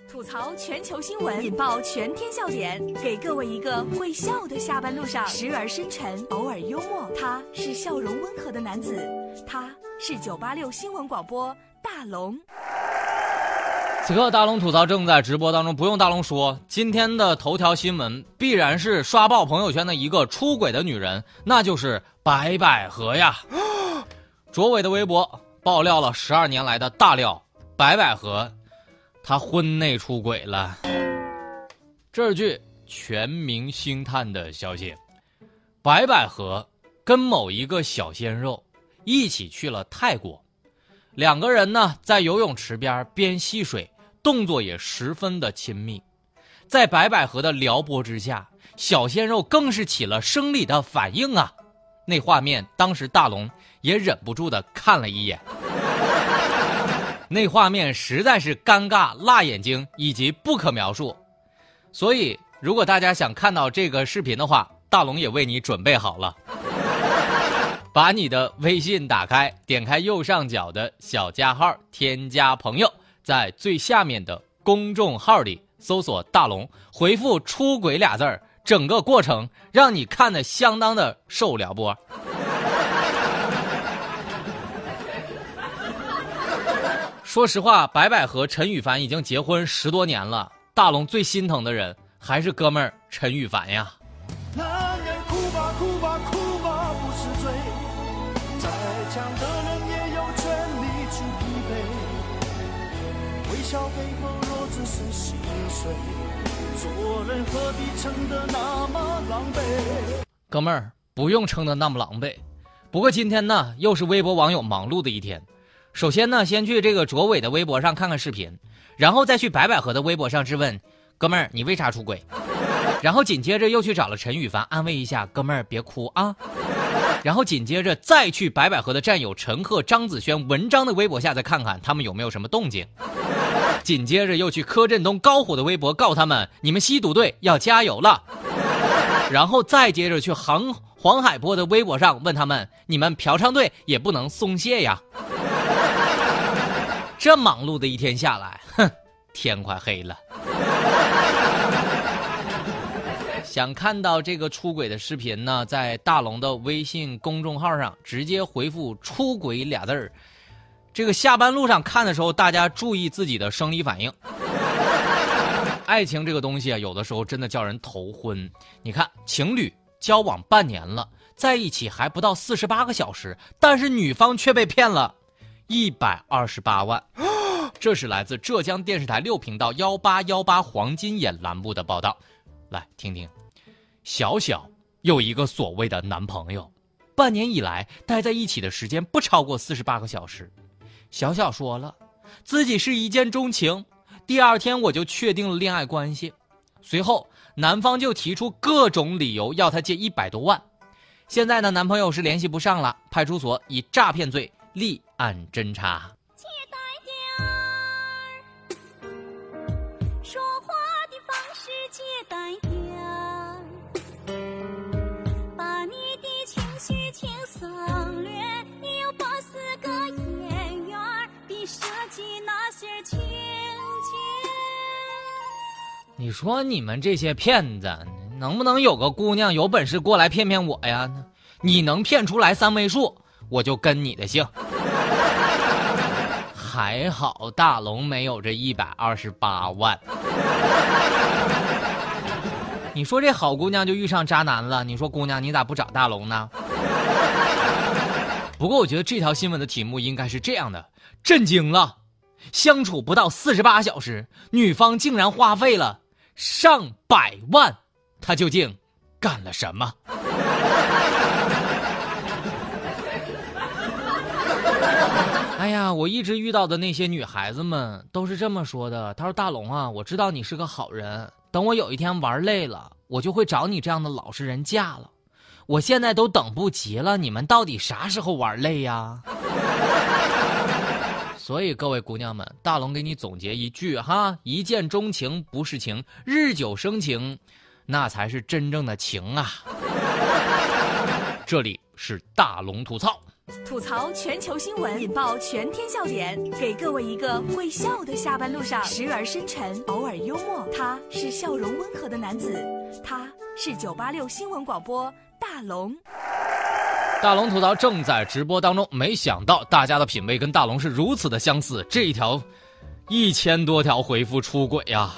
吐槽全球新闻，引爆全天笑点，给各位一个会笑的下班路上，时而深沉，偶尔幽默。他是笑容温和的男子，他是986新闻广播大龙。 此刻大龙吐槽正在直播当中，不用大龙说，今天的头条新闻必然是刷爆朋友圈的一个出轨的女人，那就是白百合呀。卓伟的微博爆料了12年来的大料，白百合她婚内出轨了。这是句全民星探的消息，白百合跟某一个小鲜肉一起去了泰国，两个人呢在游泳池边戏水，动作也十分的亲密。在白百合的撩拨之下，小鲜肉更是起了生理的反应啊。那画面当时大龙也忍不住的看了一眼，那画面实在是尴尬、辣眼睛以及不可描述。所以如果大家想看到这个视频的话，大龙也为你准备好了。把你的微信打开，点开右上角的小加号，添加朋友，在最下面的公众号里搜索大龙，回复出轨俩字儿，整个过程让你看得相当的受撩拨。说实话，白百合陈羽凡已经结婚10多年了，大龙最心疼的人还是哥们儿陈羽凡呀。 男人哭吧哭吧哭吧不是罪，再强的人也有权利去疲惫，微笑背后若只是心碎，做人何必撑得那么狼狈。 哥们儿不用撑得那么狼狈。不过今天呢又是微博网友忙碌的一天，首先呢先去这个卓伟的微博上看看视频，然后再去白百合的微博上质问哥们儿你为啥出轨，然后紧接着又去找了陈羽凡安慰一下哥们儿别哭啊，然后紧接着再去白百合的战友陈赫、张子萱、文章的微博下再看看他们有没有什么动静，紧接着又去柯震东、高虎的微博告他们你们吸毒队要加油了，然后再接着去黄海波的微博上问他们你们嫖娼队也不能松懈呀。这忙碌的一天下来，哼，天快黑了。想看到这个出轨的视频呢，在大龙的微信公众号上直接回复出轨俩字儿。这个下班路上看的时候，大家注意自己的生理反应。爱情这个东西啊，有的时候真的叫人头昏。你看情侣交往半年了，在一起还不到48个小时，但是女方却被骗了128万。这是来自浙江电视台6频道1818黄金眼栏目的报道。来听听，小小有一个所谓的男朋友，半年以来待在一起的时间不超过48个小时。小小说了自己是一见钟情，第2天我就确定了恋爱关系。随后男方就提出各种理由要他借100多万。现在呢，男朋友是联系不上了，派出所以诈骗罪立案侦查。 说话的方式借贷点儿，把你的情绪轻松略，你有8-4个演员比设计那些情节。 你说你们这些骗子能不能有个姑娘有本事过来骗骗我呀？你能骗出来3位数我就跟你的姓。还好大龙没有这128万。你说这好姑娘就遇上渣男了，你说姑娘你咋不找大龙呢？不过我觉得这条新闻的题目应该是这样的：震惊了，相处不到48小时，女方竟然花费了上百万，她究竟干了什么？哎呀，我一直遇到的那些女孩子们都是这么说的，她说大龙啊，我知道你是个好人，等我有一天玩累了，我就会找你这样的老实人嫁了。我现在都等不及了，你们到底啥时候玩累呀？所以各位姑娘们，大龙给你总结一句哈，一见钟情不是情，日久生情那才是真正的情啊。这里是大龙吐槽。 吐槽全球新闻，引爆全天笑点，给各位一个会笑的下班路上，时而深沉，偶尔幽默。他是笑容温和的男子，他是986新闻广播大龙。 大龙吐槽正在直播当中，没想到大家的品味跟大龙是如此的相似，这一条1000多条回复出轨呀！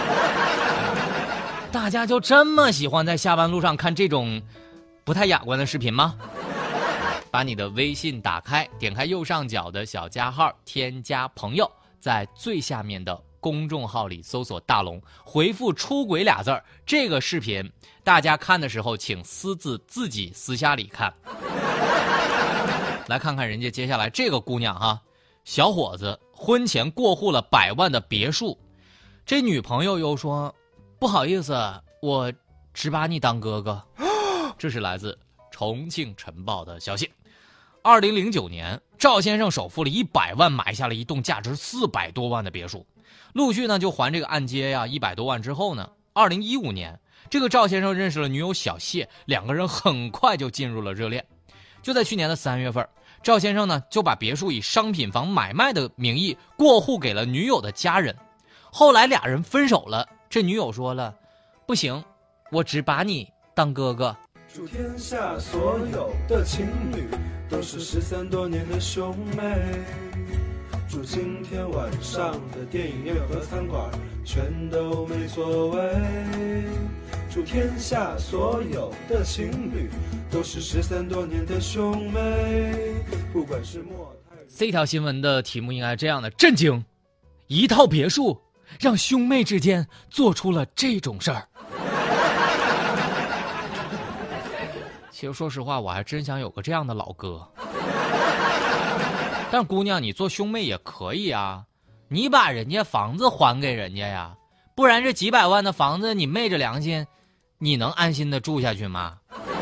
大家就这么喜欢在下班路上看这种不太雅观的视频吗？把你的微信打开，点开右上角的小加号，添加朋友，在最下面的公众号里搜索大龙，回复出轨俩字儿。这个视频大家看的时候请私自自己私下里看。来看看人家接下来这个姑娘哈，小伙子婚前过户了100万的别墅，这女朋友又说不好意思，我只把你当哥哥。这是来自重庆晨报的消息。2009年，赵先生首付了100万买下了一栋价值400多万的别墅，陆续呢就还这个按揭呀100多万之后呢，2015年，这个赵先生认识了女友小谢，两个人很快就进入了热恋。就在去年的3月份，赵先生呢就把别墅以商品房买卖的名义过户给了女友的家人。后来俩人分手了，这女友说了，不行，我只把你当哥哥。 祝天下所有的情侣都是13多年的兄妹，祝今天晚上的电影院和餐馆全都没座位，祝天下所有的情侣都是13多年的兄妹，不管是莫泰。 这条新闻的题目应该这样的：震惊，一套别墅让兄妹之间做出了这种事儿。其实说实话，我还真想有个这样的老哥。但姑娘，你做兄妹也可以啊，你把人家房子还给人家呀，不然这几百万的房子你昧着良心，你能安心的住下去吗？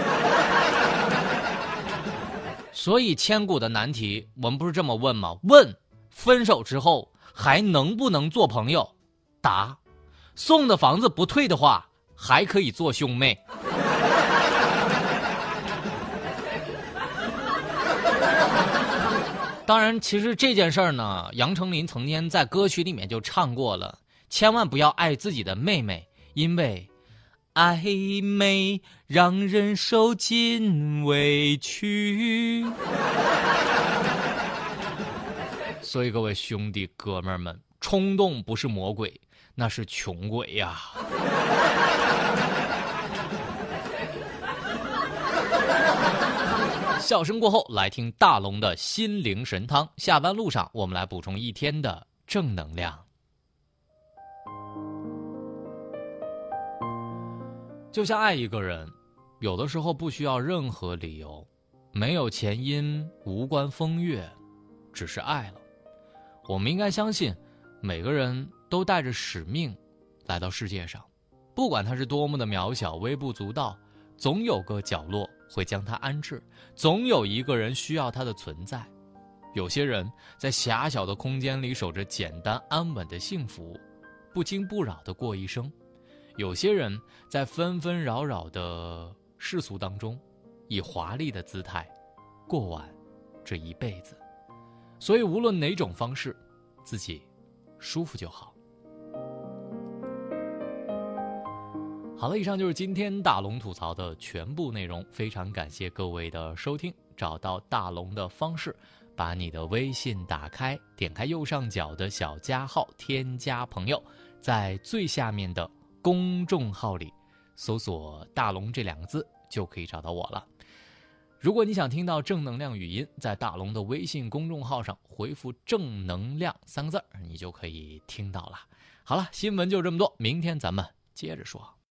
所以千古的难题，我们不是这么问吗？问分手之后还能不能做朋友？答送的房子不退的话，还可以做兄妹。当然，其实这件事儿呢，杨丞琳曾经在歌曲里面就唱过了，千万不要爱自己的妹妹，因为暧昧让人受尽委屈。所以各位兄弟哥们儿们，冲动不是魔鬼，那是穷鬼呀。笑声过后，来听大龙的心灵神汤。下班路上，我们来补充一天的正能量。就像爱一个人，有的时候不需要任何理由，没有前因，无关风月，只是爱了。我们应该相信，每个人都带着使命来到世界上，不管他是多么的渺小、微不足道，总有个角落会将他安置，总有一个人需要他的存在。有些人在狭小的空间里守着简单安稳的幸福，不惊不扰地过一生。有些人在纷纷扰扰的世俗当中，以华丽的姿态过完这一辈子。所以无论哪种方式，自己舒服就好。好了，以上就是今天大龙吐槽的全部内容，非常感谢各位的收听。找到大龙的方式，把你的微信打开，点开右上角的小加号，添加朋友，在最下面的公众号里搜索大龙这2个字就可以找到我了。如果你想听到正能量语音，在大龙的微信公众号上回复正能量3个字，你就可以听到了。好了，新闻就这么多，明天咱们接着说。